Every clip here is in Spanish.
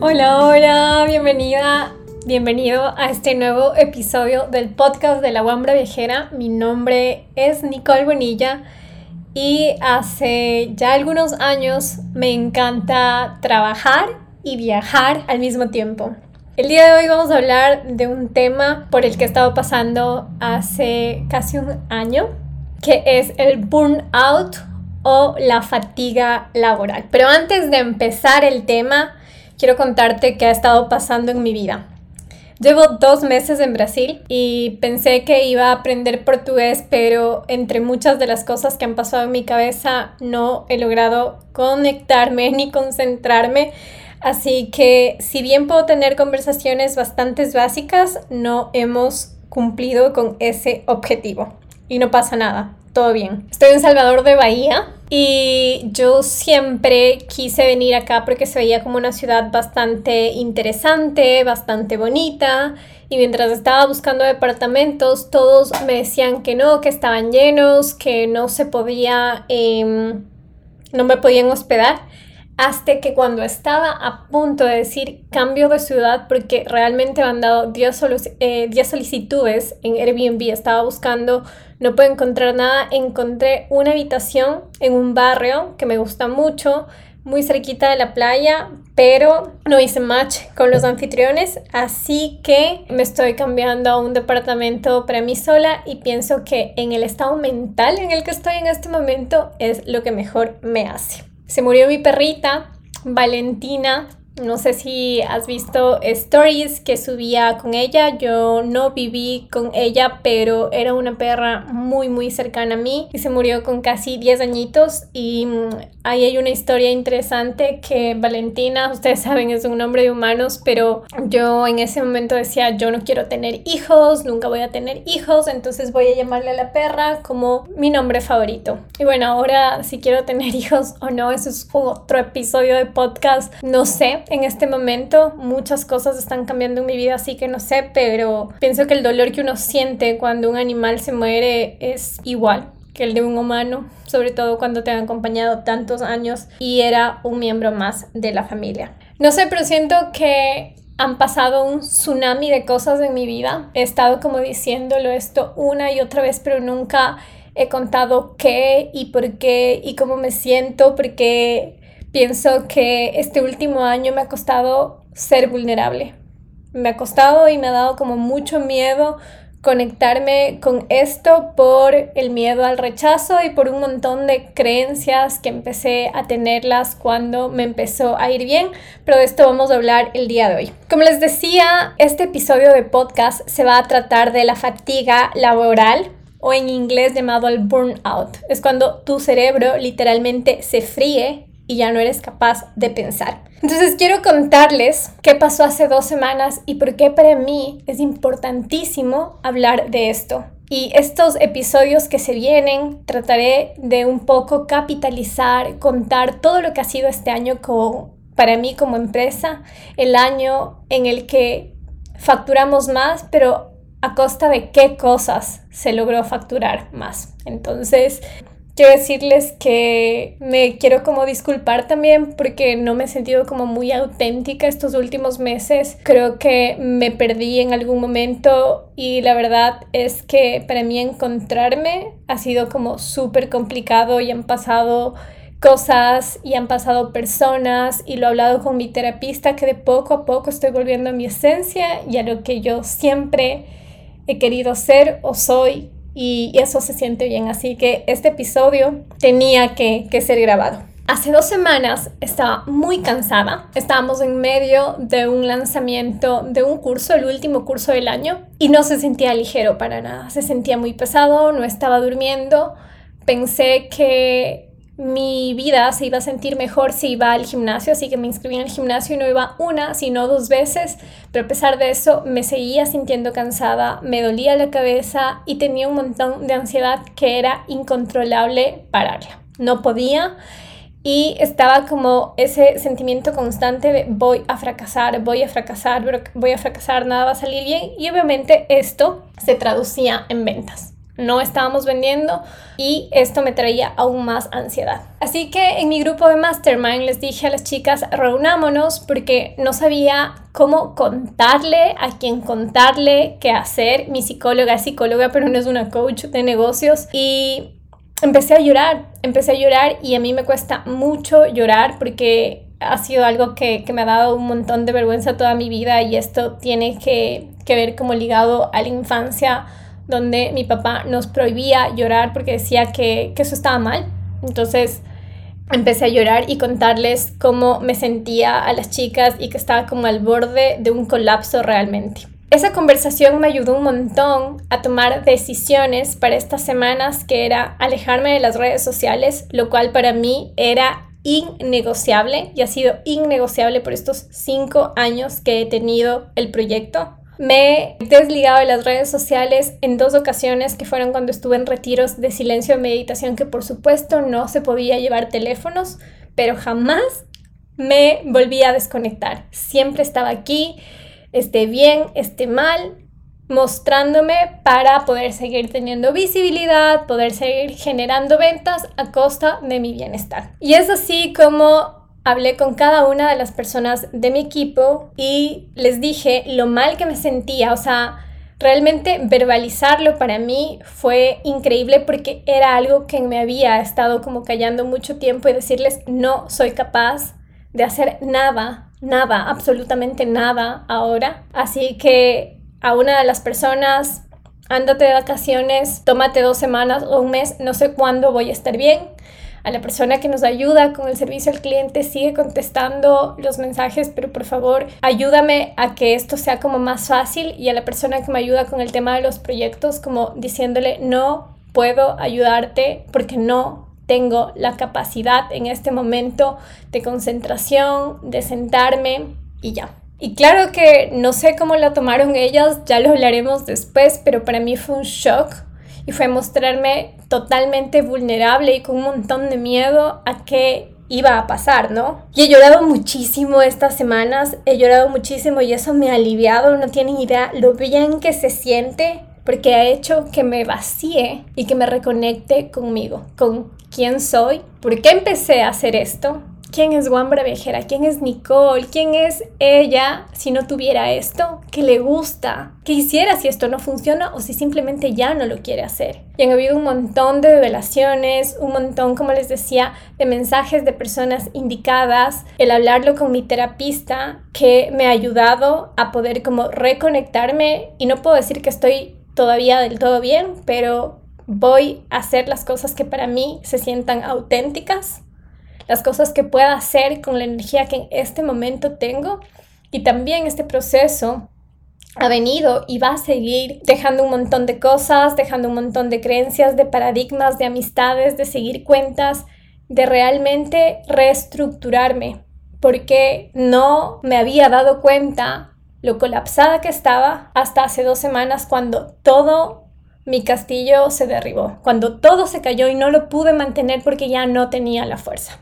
Hola, bienvenido a este nuevo episodio del podcast de La Wambra Viajera. Mi nombre es Nicole Bonilla y hace ya algunos años me encanta trabajar y viajar al mismo tiempo. El día de hoy vamos a hablar de un tema por el que he estado pasando hace casi un año, que es el burnout o la fatiga laboral. Pero antes de empezar el tema, quiero contarte qué ha estado pasando en mi vida. Llevo 2 meses en Brasil y pensé que iba a aprender portugués, pero entre muchas de las cosas que han pasado en mi cabeza no he logrado conectarme ni concentrarme. Así que si bien puedo tener conversaciones bastante básicas, no hemos cumplido con ese objetivo. Y no pasa nada, todo bien. Estoy en Salvador de Bahía y yo siempre quise venir acá porque se veía como una ciudad bastante interesante, bastante bonita. Y mientras estaba buscando departamentos, todos me decían que no, que estaban llenos, que no se podía, no me podían hospedar. Hasta que cuando estaba a punto de decir cambio de ciudad, porque realmente me han dado 10 solicitudes en Airbnb, estaba buscando, no puedo encontrar nada, encontré una habitación en un barrio que me gusta mucho, muy cerquita de la playa, pero no hice match con los anfitriones, así que me estoy cambiando a un departamento para mí sola y pienso que en el estado mental en el que estoy en este momento es lo que mejor me hace. Se murió mi perrita, Valentina. No sé si has visto stories que subía con ella. Yo no viví con ella, pero era una perra muy cercana a mí y se murió con casi 10 añitos. Y ahí hay una historia interesante que Valentina, ustedes saben, es un nombre de humanos, pero yo en ese momento decía, yo no quiero tener hijos, nunca voy a tener hijos, entonces voy a llamarle a la perra como mi nombre favorito. Y bueno, ahora si quiero tener hijos o no, eso es otro episodio de podcast, no sé. En este momento muchas cosas están cambiando en mi vida, así que no sé, pero pienso que el dolor que uno siente cuando un animal se muere es igual que el de un humano, sobre todo cuando te han acompañado tantos años y era un miembro más de la familia. No sé, pero siento que han pasado un tsunami de cosas en mi vida. He estado como diciéndolo esto una y otra vez, pero nunca he contado qué y por qué y cómo me siento, porque pienso que este último año me ha costado ser vulnerable. Me ha costado y me ha dado como mucho miedo conectarme con esto por el miedo al rechazo y por un montón de creencias que empecé a tenerlas cuando me empezó a ir bien, pero de esto vamos a hablar el día de hoy. Como les decía, este episodio de podcast se va a tratar de la fatiga laboral, o en inglés llamado el burnout. Es cuando tu cerebro literalmente se fríe y ya no eres capaz de pensar. Entonces quiero contarles qué pasó hace 2 semanas y por qué para mí es importantísimo hablar de esto. Y estos episodios que se vienen, trataré de un poco capitalizar, contar todo lo que ha sido este año para mí como empresa, el año en el que facturamos más, pero a costa de qué cosas se logró facturar más. Entonces, quiero decirles que me quiero como disculpar también porque no me he sentido como muy auténtica estos últimos meses. Creo que me perdí en algún momento y la verdad es que para mí encontrarme ha sido como súper complicado y han pasado cosas y han pasado personas y lo he hablado con mi terapista que de poco a poco estoy volviendo a mi esencia y a lo que yo siempre he querido ser o soy. Y eso se siente bien, así que este episodio tenía que ser grabado. Hace 2 semanas estaba muy cansada, estábamos en medio de un lanzamiento de un curso, el último curso del año, y no se sentía ligero para nada, se sentía muy pesado, no estaba durmiendo, pensé que mi vida se iba a sentir mejor si iba al gimnasio, así que me inscribí en el gimnasio y no iba 1, sino 2 veces, pero a pesar de eso me seguía sintiendo cansada, me dolía la cabeza y tenía un montón de ansiedad que era incontrolable pararla. No podía y estaba como ese sentimiento constante de voy a fracasar, nada va a salir bien y obviamente esto se traducía en ventas. no estábamos vendiendo y esto me traía aún más ansiedad. Así que en mi grupo de Mastermind les dije a las chicas, reunámonos, porque no sabía cómo contarle, a quién contarle, qué hacer. Mi psicóloga es psicóloga, pero no es una coach de negocios, y empecé a llorar y a mí me cuesta mucho llorar porque ha sido algo que me ha dado un montón de vergüenza toda mi vida, y esto tiene que ver como ligado a la infancia, donde mi papá nos prohibía llorar porque decía que eso estaba mal. Entonces empecé a llorar y contarles cómo me sentía a las chicas y que estaba como al borde de un colapso realmente. Esa conversación me ayudó un montón a tomar decisiones para estas semanas, que era alejarme de las redes sociales, lo cual para mí era innegociable y ha sido innegociable por estos 5 años que he tenido el proyecto. Me he desligado de las redes sociales en 2 ocasiones, que fueron cuando estuve en retiros de silencio y meditación, que por supuesto no se podía llevar teléfonos, pero jamás me volví a desconectar. Siempre estaba aquí, esté bien, esté mal, mostrándome para poder seguir teniendo visibilidad, poder seguir generando ventas a costa de mi bienestar. Y es así como hablé con cada una de las personas de mi equipo y les dije lo mal que me sentía. O sea, realmente verbalizarlo para mí fue increíble, porque era algo que me había estado como callando mucho tiempo, y decirles no soy capaz de hacer nada, absolutamente nada ahora. Así que a una de las personas, ándate de vacaciones, tómate 2 semanas o 1 mes, no sé cuándo voy a estar bien. A la persona que nos ayuda con el servicio al cliente, sigue contestando los mensajes, pero por favor ayúdame a que esto sea como más fácil. Y a la persona que me ayuda con el tema de los proyectos, como diciéndole no puedo ayudarte porque no tengo la capacidad en este momento de concentración, de sentarme y ya. Y claro que no sé cómo la tomaron ellas, ya lo hablaremos después, pero para mí fue un shock. Y fue mostrarme totalmente vulnerable y con un montón de miedo a qué iba a pasar, ¿no? Y he llorado muchísimo estas semanas, he llorado muchísimo, y eso me ha aliviado. No tienen idea lo bien que se siente, porque ha hecho que me vacíe y que me reconecte conmigo, con quién soy, por qué empecé a hacer esto. ¿Quién es Wambra Viajera? ¿Quién es Nicole? ¿Quién es ella si no tuviera esto? ¿Qué le gusta? ¿Qué hiciera si esto no funciona o si simplemente ya no lo quiere hacer? Y han habido un montón de revelaciones, un montón, como les decía, de mensajes de personas indicadas, el hablarlo con mi terapista, que me ha ayudado a poder como reconectarme. Y no puedo decir que estoy todavía del todo bien, pero voy a hacer las cosas que para mí se sientan auténticas, las cosas que pueda hacer con la energía que en este momento tengo. Y también este proceso ha venido y va a seguir dejando un montón de cosas, dejando un montón de creencias, de paradigmas, de amistades, de seguir cuentas, de realmente reestructurarme, porque no me había dado cuenta lo colapsada que estaba hasta hace 2 semanas, cuando todo mi castillo se derribó, cuando todo se cayó y no lo pude mantener porque ya no tenía la fuerza.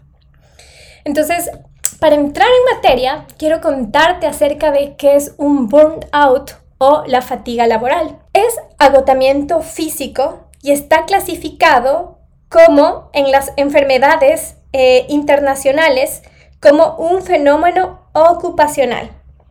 Entonces, para entrar en materia, quiero contarte acerca de qué es un burnout o la fatiga laboral. Es agotamiento físico y está clasificado como en las enfermedades internacionales como un fenómeno ocupacional.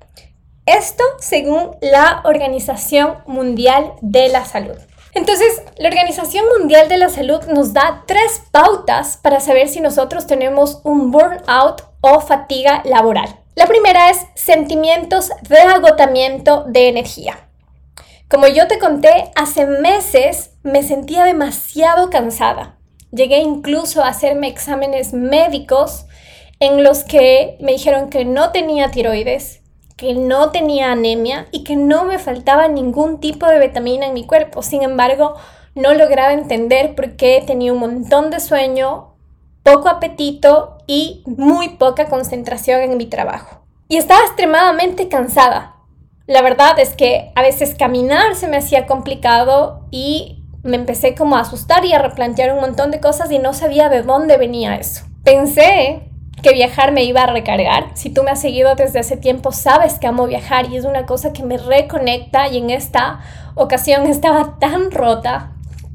Esto según la Organización Mundial de la Salud. Entonces, la Organización Mundial de la Salud nos da 3 pautas para saber si nosotros tenemos un burnout o fatiga laboral. La primera es sentimientos de agotamiento de energía. Como yo te conté, hace meses me sentía demasiado cansada. Llegué incluso a hacerme exámenes médicos en los que me dijeron que no tenía tiroides, que no tenía anemia y que no me faltaba ningún tipo de vitamina en mi cuerpo. Sin embargo, no lograba entender por qué tenía un montón de sueño, poco apetito y muy poca concentración en mi trabajo. Y estaba extremadamente cansada. La verdad es que a veces caminar se me hacía complicado y me empecé como a asustar y a replantear un montón de cosas y no sabía de dónde venía eso. Pensé que viajar me iba a recargar. Si tú me has seguido desde hace tiempo, sabes que amo viajar y es una cosa que me reconecta, y en esta ocasión estaba tan rota,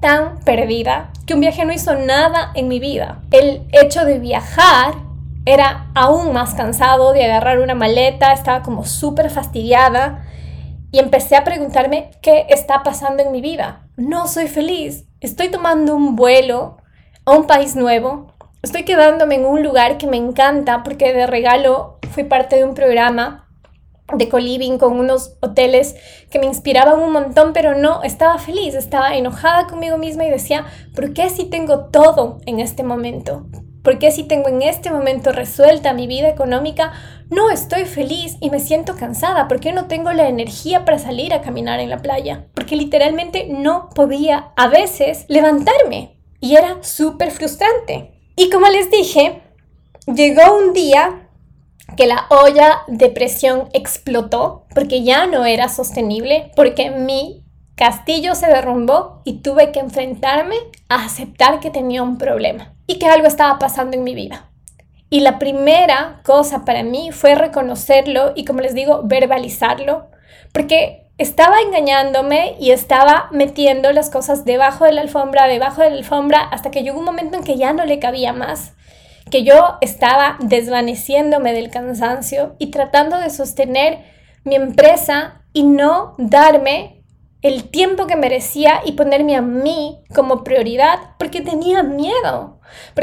tan perdida que un viaje no hizo nada en mi vida. El hecho de viajar era aún más cansado, de agarrar una maleta, estaba como súper fastidiada y empecé a preguntarme qué está pasando en mi vida. No soy feliz, estoy tomando un vuelo a un país nuevo, estoy quedándome en un lugar que me encanta porque de regalo fui parte de un programa de co-living con unos hoteles que me inspiraban un montón, pero no estaba feliz, estaba enojada conmigo misma y decía, ¿por qué si tengo todo en este momento? ¿Por qué si tengo en este momento resuelta mi vida económica, no estoy feliz y me siento cansada? ¿Por qué no tengo la energía para salir a caminar en la playa? Porque literalmente no podía a veces levantarme y era súper frustrante. Y como les dije, llegó un día que la olla de presión explotó porque ya no era sostenible, porque mi castillo se derrumbó y tuve que enfrentarme a aceptar que tenía un problema y que algo estaba pasando en mi vida. Y la primera cosa para mí fue reconocerlo y, como les digo, verbalizarlo, porque estaba engañándome y estaba metiendo las cosas debajo de la alfombra, hasta que llegó un momento en que ya no le cabía más, que yo estaba desvaneciéndome del cansancio y tratando de sostener mi empresa y no darme el tiempo que merecía y ponerme a mí como prioridad porque tenía miedo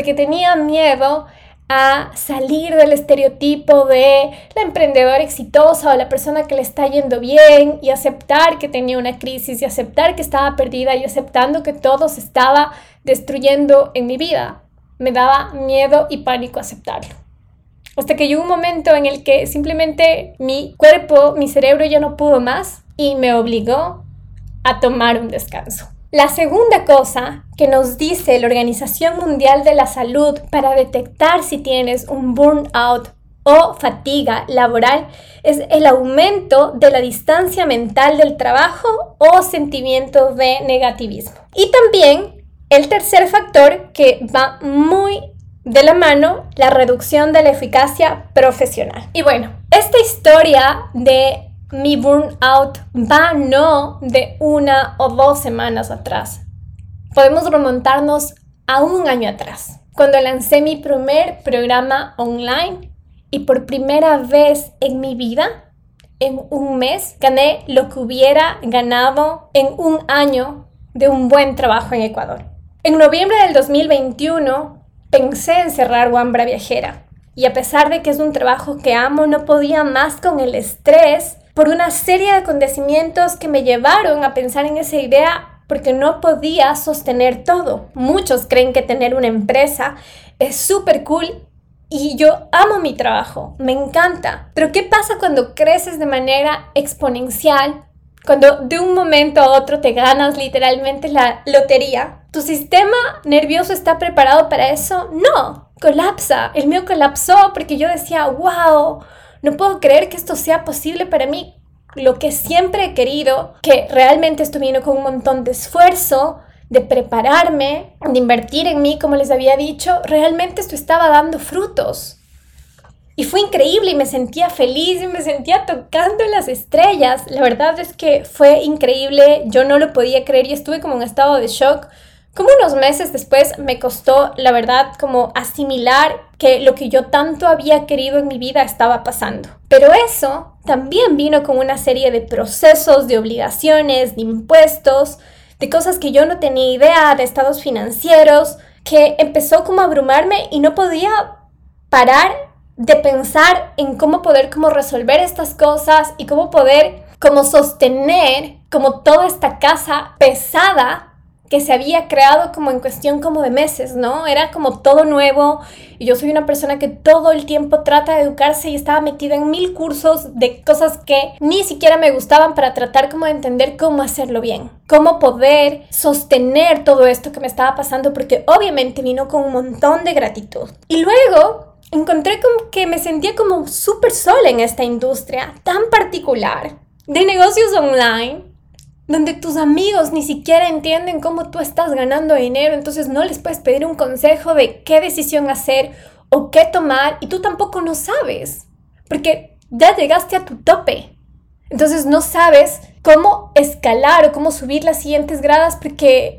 a salir del estereotipo de la emprendedora exitosa o la persona que le está yendo bien y aceptar que tenía una crisis y aceptar que estaba perdida y aceptando que todo se estaba destruyendo en mi vida. Me daba miedo y pánico aceptarlo. Hasta que llegó un momento en el que simplemente mi cuerpo, mi cerebro ya no pudo más y me obligó a tomar un descanso. La segunda cosa que nos dice la Organización Mundial de la Salud para detectar si tienes un burnout o fatiga laboral es el aumento de la distancia mental del trabajo o sentimiento de negativismo. Y también el tercer factor que va muy de la mano, la reducción de la eficacia profesional. Y bueno, esta historia de mi burnout va no de 1 o 2 semanas atrás. Podemos remontarnos a un año atrás, cuando lancé mi primer programa online y por primera vez en mi vida, en un mes, gané lo que hubiera ganado en un año de un buen trabajo en Ecuador. En noviembre del 2021 pensé en cerrar Wambra Viajera y a pesar de que es un trabajo que amo, no podía más con el estrés por una serie de acontecimientos que me llevaron a pensar en esa idea porque no podía sostener todo. Muchos creen que tener una empresa es súper cool y yo amo mi trabajo, me encanta. Pero ¿qué pasa cuando creces de manera exponencial? Cuando de un momento a otro te ganas literalmente la lotería. ¿Tu sistema nervioso está preparado para eso? No, colapsa. El mío colapsó porque yo decía, wow, no puedo creer que esto sea posible para mí. Lo que siempre he querido, que realmente esto vino con un montón de esfuerzo, de prepararme, de invertir en mí, como les había dicho, realmente esto estaba dando frutos. Y fue increíble y me sentía feliz y me sentía tocando las estrellas. La verdad es que fue increíble, yo no lo podía creer y estuve como en estado de shock. Como unos meses después me costó, la verdad, como asimilar que lo que yo tanto había querido en mi vida estaba pasando. Pero eso también vino con una serie de procesos, de obligaciones, de impuestos, de cosas que yo no tenía idea, de estados financieros, que empezó como a abrumarme y no podía parar de pensar en cómo poder como resolver estas cosas y cómo poder como sostener como toda esta casa pesada que se había creado como en cuestión como de meses, ¿no? Era como todo nuevo y yo soy una persona que todo el tiempo trata de educarse y estaba metida en 1000 cursos de cosas que ni siquiera me gustaban para tratar como de entender cómo hacerlo bien, cómo poder sostener todo esto que me estaba pasando porque obviamente vino con un montón de gratitud. Y luego encontré como que me sentía como súper sola en esta industria tan particular de negocios online, donde tus amigos ni siquiera entienden cómo tú estás ganando dinero, entonces no les puedes pedir un consejo de qué decisión hacer o qué tomar y tú tampoco no sabes, porque ya llegaste a tu tope. Entonces no sabes cómo escalar o cómo subir las siguientes gradas porque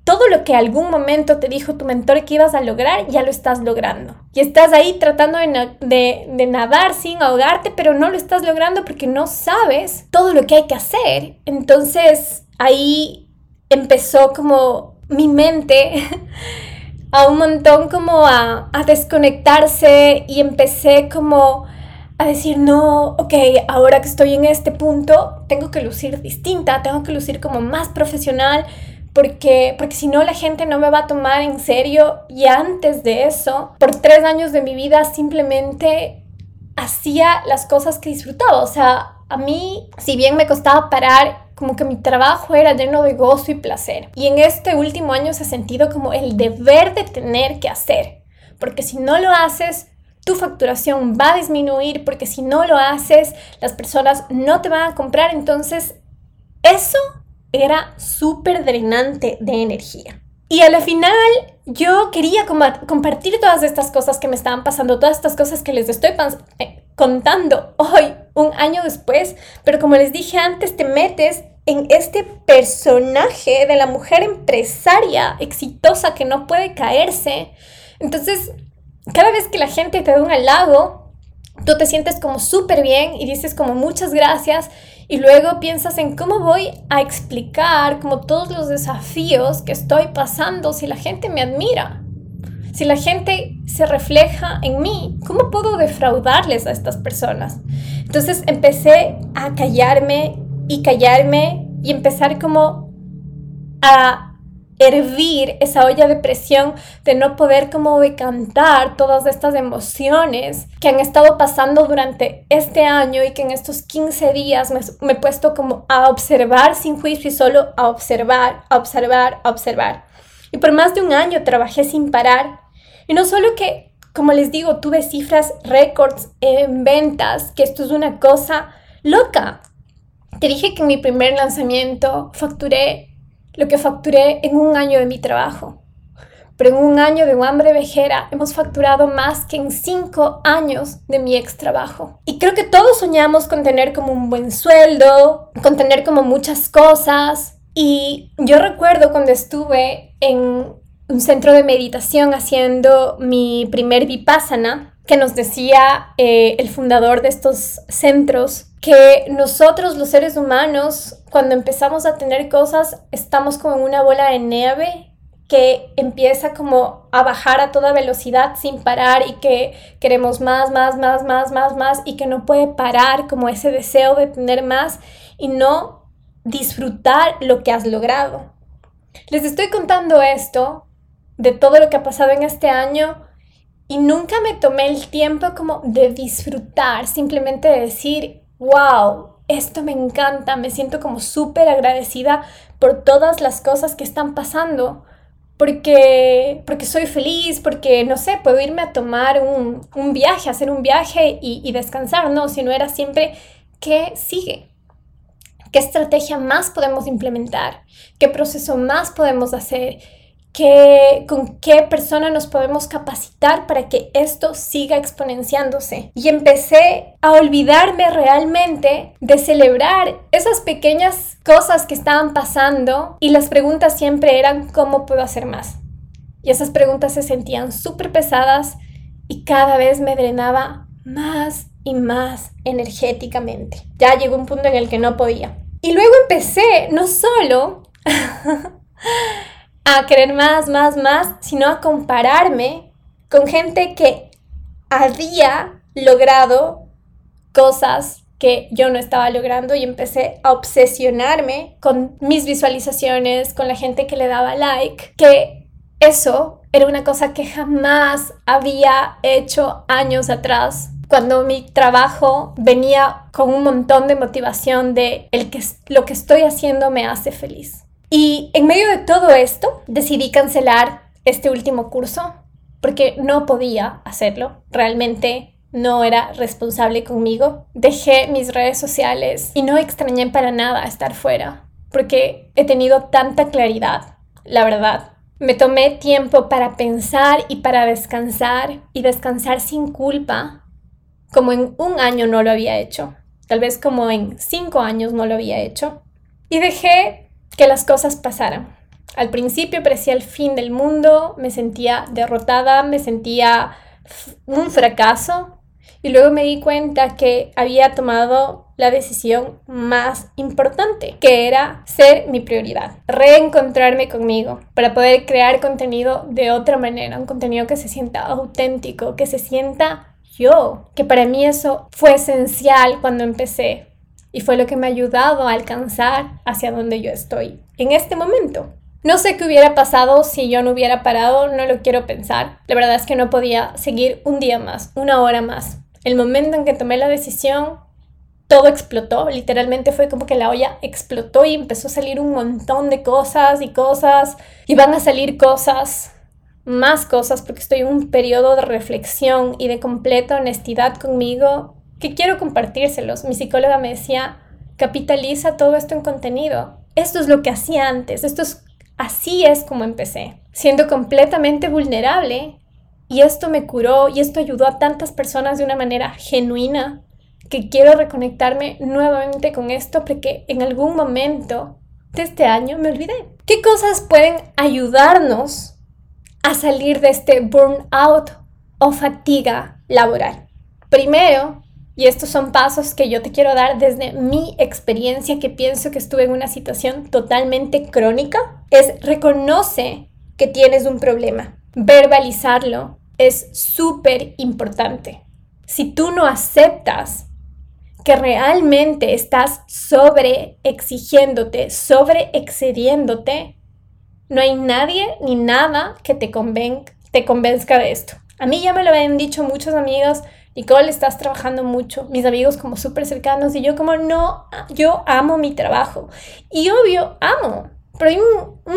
todo lo que algún momento te dijo tu mentor que ibas a lograr, ya lo estás logrando. Y estás ahí tratando de nadar sin ahogarte, pero no lo estás logrando porque no sabes todo lo que hay que hacer. Entonces ahí empezó como mi mente a un montón como a desconectarse, y empecé como a decir, no, ok, ahora que estoy en este punto, tengo que lucir distinta, tengo que lucir como más profesional, porque si no la gente no me va a tomar en serio. Y antes de eso, por 3 años de mi vida simplemente hacía las cosas que disfrutaba. O sea, a mí, si bien me costaba parar, como que mi trabajo era lleno de gozo y placer. Y en este último año se ha sentido como el deber de tener que hacer, porque si no lo haces, tu facturación va a disminuir, porque si no lo haces, las personas no te van a comprar. Entonces, eso era súper drenante de energía. Y a la final, yo quería compartir todas estas cosas que me estaban pasando, todas estas cosas que les estoy contando hoy, un año después. Pero como les dije antes, te metes en este personaje de la mujer empresaria exitosa que no puede caerse. Entonces, cada vez que la gente te da un halago, tú te sientes como súper bien y dices como muchas gracias, y luego piensas en cómo voy a explicar como todos los desafíos que estoy pasando si la gente me admira, si la gente se refleja en mí. ¿Cómo puedo defraudarles a estas personas? Entonces empecé a callarme y empezar como a hervir esa olla de presión de no poder como decantar todas estas emociones que han estado pasando durante este año, y que en estos 15 días me he puesto como a observar sin juicio y solo a observar. Y por más de un año trabajé sin parar. Y no solo que, como les digo, tuve cifras récords en ventas, que esto es una cosa loca. Te dije que en mi primer lanzamiento facturé lo que facturé en un año de mi trabajo. Pero en un año de Hambre Viajera hemos facturado más que en 5 años de mi ex trabajo. Y creo que todos soñamos con tener como un buen sueldo, con tener como muchas cosas. Y yo recuerdo cuando estuve en un centro de meditación haciendo mi primer Vipassana, que nos decía el fundador de estos centros, que nosotros los seres humanos, cuando empezamos a tener cosas, estamos como en una bola de nieve que empieza como a bajar a toda velocidad sin parar, y que queremos más, y que no puede parar como ese deseo de tener más y no disfrutar lo que has logrado. Les estoy contando esto de todo lo que ha pasado en este año, y nunca me tomé el tiempo como de disfrutar, simplemente de decir, wow, esto me encanta, me siento como súper agradecida por todas las cosas que están pasando, porque soy feliz, porque, no sé, puedo irme a tomar un viaje, hacer un viaje y descansar, ¿no? Si no era siempre, ¿qué sigue? ¿Qué estrategia más podemos implementar? ¿Qué proceso más podemos hacer? ¿Con qué persona nos podemos capacitar para que esto siga exponenciándose? Y empecé a olvidarme realmente de celebrar esas pequeñas cosas que estaban pasando, y las preguntas siempre eran ¿cómo puedo hacer más? Y esas preguntas se sentían súper pesadas y cada vez me drenaba más y más energéticamente. Ya llegó un punto en el que no podía. Y luego empecé no solo a querer más, sino a compararme con gente que había logrado cosas que yo no estaba logrando, y empecé a obsesionarme con mis visualizaciones, con la gente que le daba like, que eso era una cosa que jamás había hecho años atrás, cuando mi trabajo venía con un montón de motivación de lo que estoy haciendo me hace feliz. Y en medio de todo esto, decidí cancelar este último curso porque no podía hacerlo. Realmente no era responsable conmigo. Dejé mis redes sociales y no extrañé para nada estar fuera, porque he tenido tanta claridad, la verdad. Me tomé tiempo para pensar y para descansar, y descansar sin culpa, como en un año no lo había hecho. Tal vez como en 5 años no lo había hecho. Y dejé que las cosas pasaran. Al principio parecía el fin del mundo, me sentía derrotada, me sentía un fracaso y luego me di cuenta que había tomado la decisión más importante, que era ser mi prioridad, reencontrarme conmigo para poder crear contenido de otra manera, un contenido que se sienta auténtico, que se sienta yo, que para mí eso fue esencial cuando empecé y fue lo que me ha ayudado a alcanzar hacia donde yo estoy en este momento. No sé qué hubiera pasado si yo no hubiera parado, no lo quiero pensar. La verdad es que no podía seguir un día más, una hora más. El momento en que tomé la decisión, todo explotó. Literalmente fue como que la olla explotó y empezó a salir un montón de cosas y van a salir más cosas, porque estoy en un periodo de reflexión y de completa honestidad conmigo que quiero compartírselos. Mi psicóloga me decía, capitaliza todo esto en contenido. Esto es lo que hacía antes, así es como empecé, siendo completamente vulnerable, y esto me curó y esto ayudó a tantas personas de una manera genuina que quiero reconectarme nuevamente con esto porque en algún momento de este año me olvidé. ¿Qué cosas pueden ayudarnos a salir de este burnout o fatiga laboral? Primero, y estos son pasos que yo te quiero dar desde mi experiencia, que pienso que estuve en una situación totalmente crónica, es reconoce que tienes un problema. Verbalizarlo es súper importante. Si tú no aceptas que realmente estás sobreexigiéndote, sobreexcediéndote, no hay nadie ni nada que te convenzca de esto. A mí ya me lo habían dicho muchos amigos, Nicole, estás trabajando mucho, mis amigos como súper cercanos, y yo como no, yo amo mi trabajo. Y obvio, amo, pero hay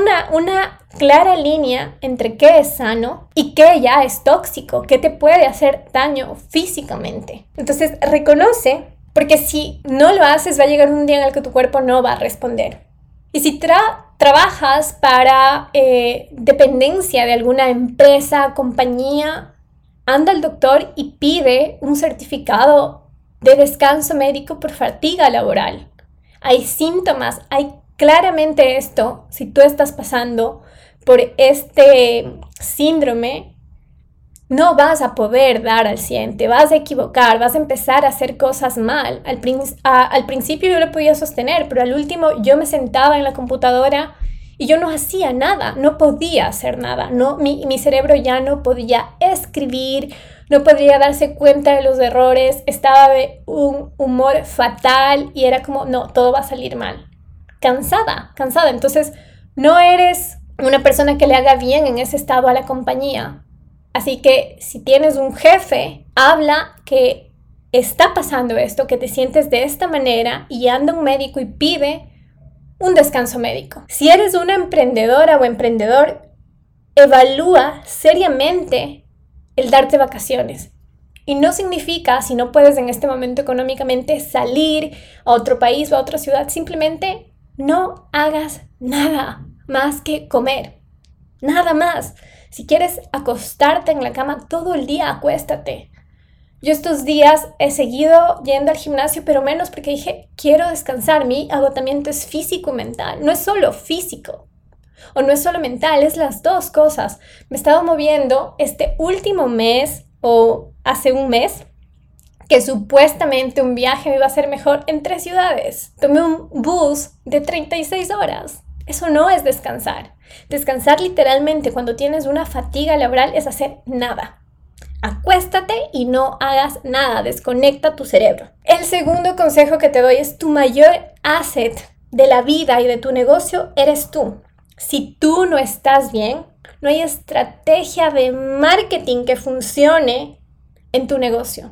una clara línea entre qué es sano y qué ya es tóxico, qué te puede hacer daño físicamente. Entonces, reconoce, porque si no lo haces, va a llegar un día en el que tu cuerpo no va a responder. Y si trabajas para dependencia de alguna empresa, compañía, anda al doctor y pide un certificado de descanso médico por fatiga laboral. Hay síntomas, hay claramente esto. Si tú estás pasando por este síndrome, no vas a poder dar al 100, te vas a equivocar, vas a empezar a hacer cosas mal. Al principio yo lo podía sostener, pero al último yo me sentaba en la computadora y yo no hacía nada, no podía hacer nada. No, mi cerebro ya no podía escribir, no podía darse cuenta de los errores, estaba de un humor fatal y era como, no, todo va a salir mal. Cansada. Entonces, no eres una persona que le haga bien en ese estado a la compañía. Así que si tienes un jefe, habla que está pasando esto, que te sientes de esta manera y anda un médico y pide un descanso médico. Si eres una emprendedora o emprendedor, evalúa seriamente el darte vacaciones. Y no significa, si no puedes en este momento económicamente, salir a otro país o a otra ciudad. Simplemente no hagas nada más que comer. Nada más. Si quieres acostarte en la cama todo el día, acuéstate. Yo estos días he seguido yendo al gimnasio, pero menos porque dije, quiero descansar. Mi agotamiento es físico y mental. No es solo físico o no es solo mental, es las dos cosas. Me he estado moviendo este último mes o hace un mes que supuestamente un viaje me iba a ser mejor en 3 ciudades. Tomé un bus de 36 horas. Eso no es descansar. Descansar literalmente cuando tienes una fatiga laboral es hacer nada. Acuéstate y no hagas nada, desconecta tu cerebro. El segundo consejo que te doy es tu mayor asset de la vida y de tu negocio eres tú. Si tú no estás bien, no hay estrategia de marketing que funcione en tu negocio.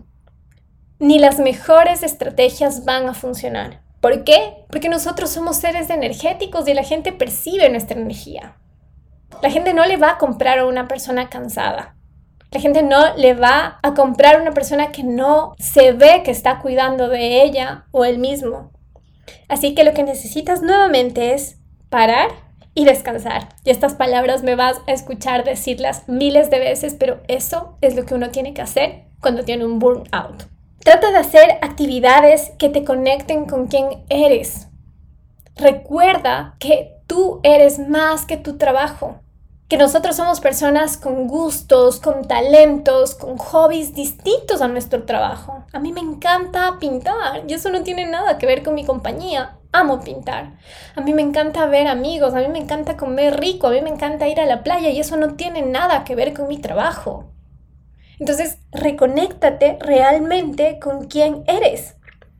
Ni las mejores estrategias van a funcionar. ¿Por qué? Porque nosotros somos seres energéticos y la gente percibe nuestra energía. La gente no le va a comprar a una persona cansada. La gente no le va a comprar a una persona que no se ve que está cuidando de ella o él mismo. Así que lo que necesitas nuevamente es parar y descansar. Y estas palabras me vas a escuchar decirlas miles de veces, pero eso es lo que uno tiene que hacer cuando tiene un burnout. Trata de hacer actividades que te conecten con quién eres. Recuerda que tú eres más que tu trabajo, que nosotros somos personas con gustos, con talentos, con hobbies distintos a nuestro trabajo. A mí me encanta pintar y eso no tiene nada que ver con mi compañía. Amo pintar. A mí me encanta ver amigos, a mí me encanta comer rico, a mí me encanta ir a la playa y eso no tiene nada que ver con mi trabajo. Entonces, reconéctate realmente con quién eres.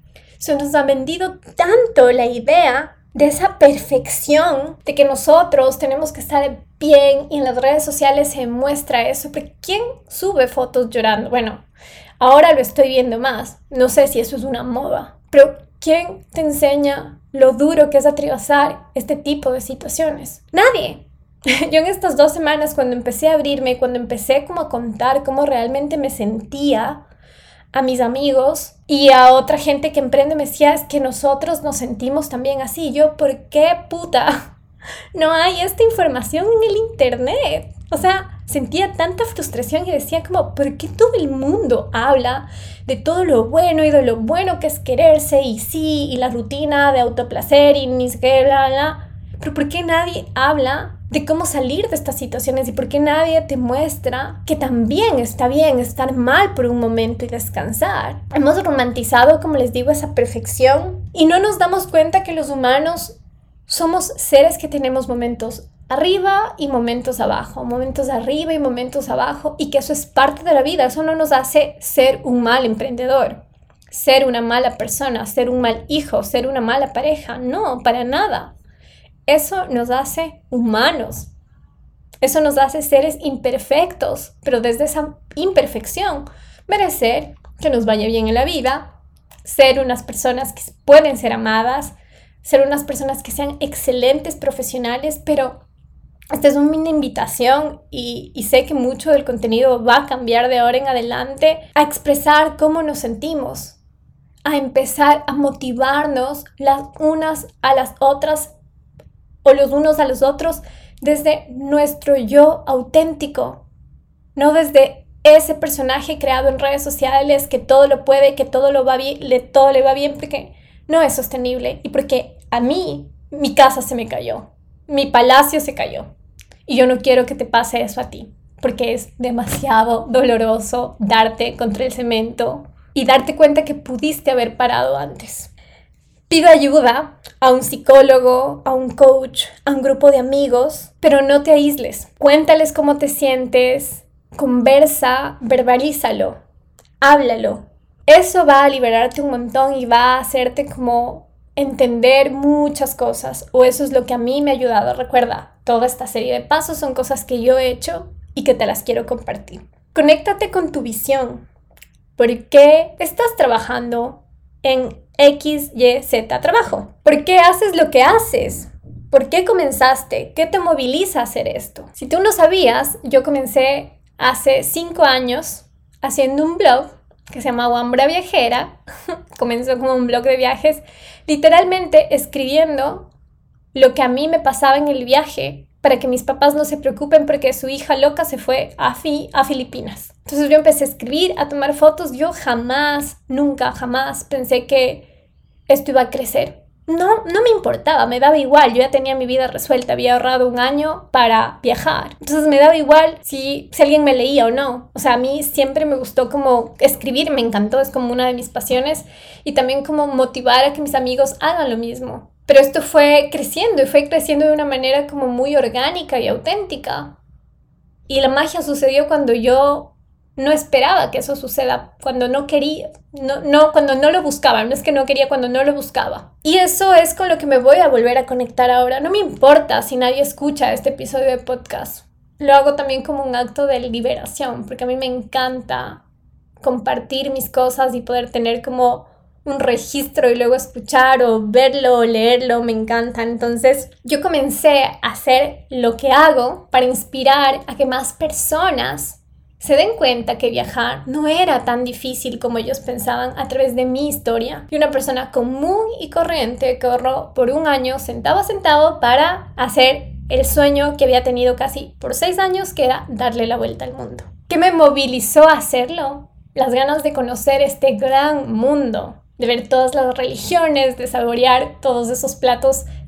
Se nos ha vendido tanto la idea de esa perfección, de que nosotros tenemos que estar bien y en las redes sociales se muestra eso. Pero ¿quién sube fotos llorando? Bueno, ahora lo estoy viendo más. No sé si eso es una moda, pero ¿quién te enseña lo duro que es atravesar este tipo de situaciones? Nadie. Yo en estas 2 semanas, cuando empecé a abrirme, cuando empecé como a contar cómo realmente me sentía, a mis amigos y a otra gente que emprende, me decía, es que nosotros nos sentimos también así. Yo, ¿por qué puta no hay esta información en el internet? O sea, sentía tanta frustración y decía como, ¿por qué todo el mundo habla de todo lo bueno y de lo bueno que es quererse y sí, y la rutina de autoplacer y ni siquiera bla, bla? Pero ¿por qué nadie habla de cómo salir de estas situaciones y por qué nadie te muestra que también está bien estar mal por un momento y descansar? Hemos romantizado, como les digo, esa perfección y no nos damos cuenta que los humanos somos seres que tenemos momentos arriba y momentos abajo, momentos arriba y momentos abajo, y que eso es parte de la vida. Eso no nos hace ser un mal emprendedor, ser una mala persona, ser un mal hijo, ser una mala pareja. No, para nada. Eso nos hace humanos. Eso nos hace seres imperfectos, pero desde esa imperfección merecer que nos vaya bien en la vida, ser unas personas que pueden ser amadas, ser unas personas que sean excelentes profesionales, pero esta es una invitación y sé que mucho del contenido va a cambiar de ahora en adelante a expresar cómo nos sentimos, a empezar a motivarnos las unas a las otras o los unos a los otros desde nuestro yo auténtico, no desde ese personaje creado en redes sociales que todo lo puede, que todo lo va bien, todo le va bien, porque no es sostenible y porque a mí mi casa se me cayó, mi palacio se cayó y yo no quiero que te pase eso a ti, porque es demasiado doloroso darte contra el cemento y darte cuenta que pudiste haber parado antes. Pido ayuda a un psicólogo, a un coach, a un grupo de amigos, pero no te aísles. Cuéntales cómo te sientes, conversa, verbalízalo, háblalo. Eso va a liberarte un montón y va a hacerte como entender muchas cosas, o eso es lo que a mí me ha ayudado. Recuerda, toda esta serie de pasos son cosas que yo he hecho y que te las quiero compartir. Conéctate con tu visión. ¿Por qué estás trabajando en X, Y, Z trabajo? ¿Por qué haces lo que haces? ¿Por qué comenzaste? ¿Qué te moviliza a hacer esto? Si tú no sabías, yo comencé hace 5 años haciendo un blog que se llama Wambra Viajera. Comenzó como un blog de viajes, literalmente escribiendo lo que a mí me pasaba en el viaje para que mis papás no se preocupen porque su hija loca se fue a Filipinas. Entonces yo empecé a escribir, a tomar fotos. Yo jamás, nunca, jamás pensé que esto iba a crecer. No me importaba, me daba igual. Yo ya tenía mi vida resuelta, había ahorrado 1 año para viajar. Entonces me daba igual si alguien me leía o no. O sea, a mí siempre me gustó como escribir, me encantó, es como una de mis pasiones. Y también como motivar a que mis amigos hagan lo mismo. Pero esto fue creciendo y fue creciendo de una manera como muy orgánica y auténtica. Y la magia sucedió cuando yo no esperaba que eso suceda, cuando no quería, cuando no lo buscaba. No es que no quería, cuando no lo buscaba. Y eso es con lo que me voy a volver a conectar ahora. No me importa si nadie escucha este episodio de podcast. Lo hago también como un acto de liberación, porque a mí me encanta compartir mis cosas y poder tener como un registro y luego escuchar o verlo o leerlo, me encanta. Entonces yo comencé a hacer lo que hago para inspirar a que más personas se den cuenta que viajar no era tan difícil como ellos pensaban a través de mi historia. Y una persona común y corriente que ahorró por 1 año centavo a centavo para hacer el sueño que había tenido casi por 6 años, que era darle la vuelta al mundo. ¿Qué me movilizó a hacerlo? Las ganas de conocer este gran mundo, de ver todas las religiones, de saborear todos esos platos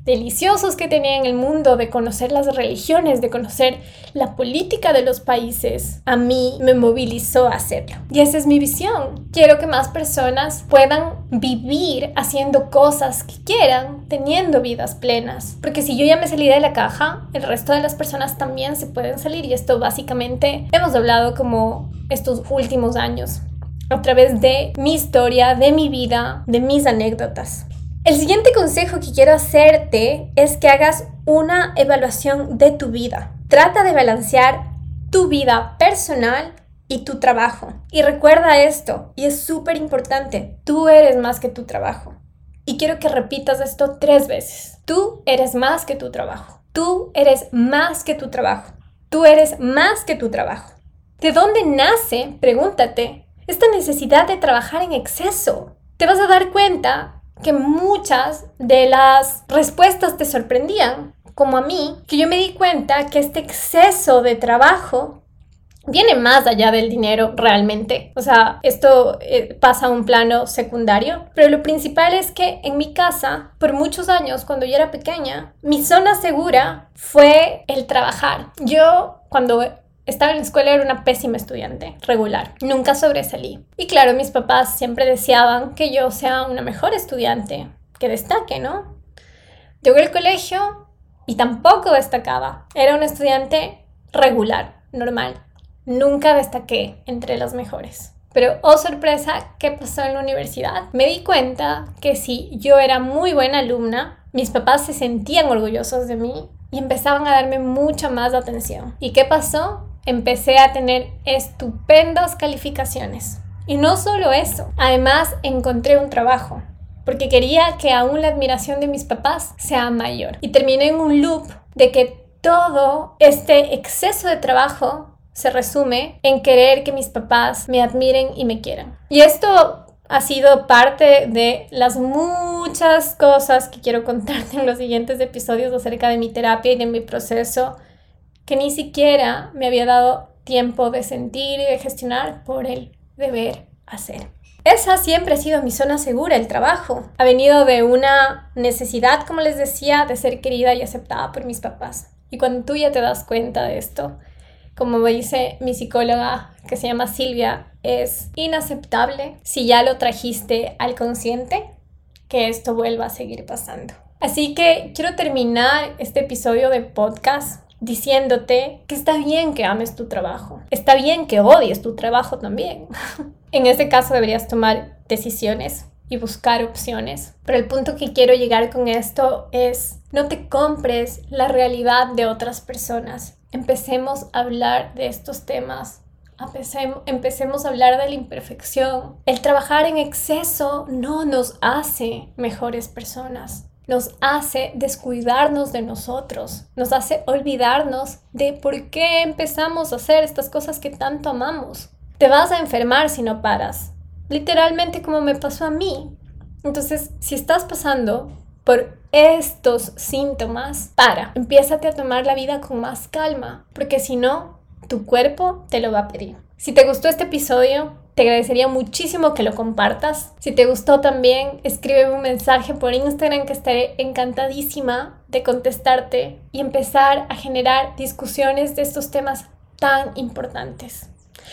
deliciosos que tenía en el mundo, de conocer las religiones, de conocer la política de los países, a mí me movilizó a hacerlo. Y esa es mi visión. Quiero que más personas puedan vivir haciendo cosas que quieran, teniendo vidas plenas. Porque si yo ya me salí de la caja, el resto de las personas también se pueden salir. Y esto básicamente hemos hablado como estos últimos años, a través de mi historia, de mi vida, de mis anécdotas. El siguiente consejo que quiero hacerte es que hagas una evaluación de tu vida. Trata de balancear tu vida personal y tu trabajo. Y recuerda esto, y es súper importante, tú eres más que tu trabajo. Y quiero que repitas esto 3 veces. Tú eres más que tu trabajo. Tú eres más que tu trabajo. Tú eres más que tu trabajo. ¿De dónde nace, pregúntate, esta necesidad de trabajar en exceso? Te vas a dar cuenta que muchas de las respuestas te sorprendían, como a mí, que yo me di cuenta que este exceso de trabajo viene más allá del dinero realmente. O sea, esto pasa a un plano secundario, pero lo principal es que en mi casa, por muchos años, cuando yo era pequeña, mi zona segura fue el trabajar. Yo, cuando estaba en la escuela, era una pésima estudiante, regular. Nunca sobresalí. Y claro, mis papás siempre deseaban que yo sea una mejor estudiante, que destaque, ¿no? Llegué al colegio y tampoco destacaba. Era una estudiante regular, normal. Nunca destaqué entre las mejores. Pero, oh sorpresa, ¿qué pasó en la universidad? Me di cuenta que si yo era muy buena alumna, mis papás se sentían orgullosos de mí y empezaban a darme mucha más atención. ¿Y qué pasó? Empecé a tener estupendas calificaciones. Y no solo eso, además encontré un trabajo, porque quería que aún la admiración de mis papás sea mayor. Y terminé en un loop de que todo este exceso de trabajo se resume en querer que mis papás me admiren y me quieran. Y esto ha sido parte de las muchas cosas que quiero contarte en los siguientes episodios acerca de mi terapia y de mi proceso, que ni siquiera me había dado tiempo de sentir y de gestionar por el deber hacer. Esa siempre ha sido mi zona segura, el trabajo. Ha venido de una necesidad, como les decía, de ser querida y aceptada por mis papás. Y cuando tú ya te das cuenta de esto, como me dice mi psicóloga, que se llama Silvia, es inaceptable, si ya lo trajiste al consciente, que esto vuelva a seguir pasando. Así que quiero terminar este episodio de podcast diciéndote que está bien que ames tu trabajo. Está bien que odies tu trabajo también. En este caso deberías tomar decisiones y buscar opciones. Pero el punto que quiero llegar con esto es: no te compres la realidad de otras personas. Empecemos a hablar de estos temas. Empecemos a hablar de la imperfección. El trabajar en exceso no nos hace mejores personas. Nos hace descuidarnos de nosotros, nos hace olvidarnos de por qué empezamos a hacer estas cosas que tanto amamos. Te vas a enfermar si no paras, literalmente como me pasó a mí. Entonces, si estás pasando por estos síntomas, empiézate a tomar la vida con más calma, porque si no, tu cuerpo te lo va a pedir. Si te gustó este episodio, te agradecería muchísimo que lo compartas. Si te gustó también, escríbeme un mensaje por Instagram, que estaré encantadísima de contestarte y empezar a generar discusiones de estos temas tan importantes.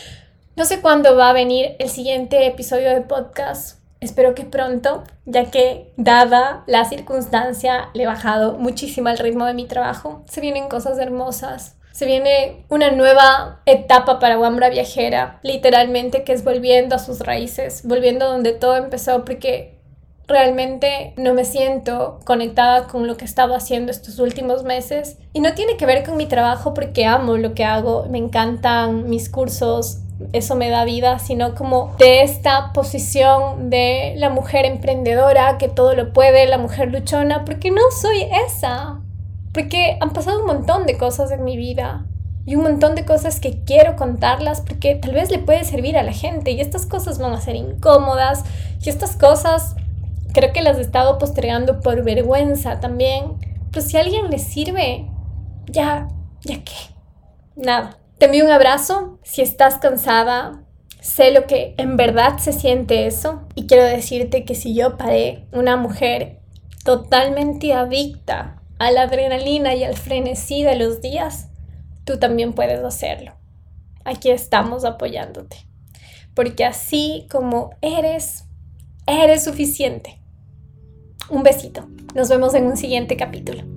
No sé cuándo va a venir el siguiente episodio de podcast. Espero que pronto, ya que dada la circunstancia le he bajado muchísimo el ritmo de mi trabajo. Se vienen cosas hermosas. Se viene una nueva etapa para Wambra Viajera, literalmente, que es volviendo a sus raíces, volviendo donde todo empezó, porque realmente no me siento conectada con lo que he estado haciendo estos últimos meses. Y no tiene que ver con mi trabajo, porque amo lo que hago, me encantan mis cursos, eso me da vida, sino como de esta posición de la mujer emprendedora que todo lo puede, la mujer luchona, porque no soy esa. Porque han pasado un montón de cosas en mi vida y un montón de cosas que quiero contarlas, porque tal vez le puede servir a la gente, y estas cosas van a ser incómodas, y estas cosas creo que las he estado postergando por vergüenza también. Pero si a alguien le sirve, ya qué, nada. Te envío un abrazo. Si estás cansada, sé lo que en verdad se siente eso, y quiero decirte que si yo paré, una mujer totalmente adicta a la adrenalina y al frenesí de los días, tú también puedes hacerlo. Aquí estamos apoyándote, porque así como eres suficiente. Un besito. Nos vemos en un siguiente capítulo.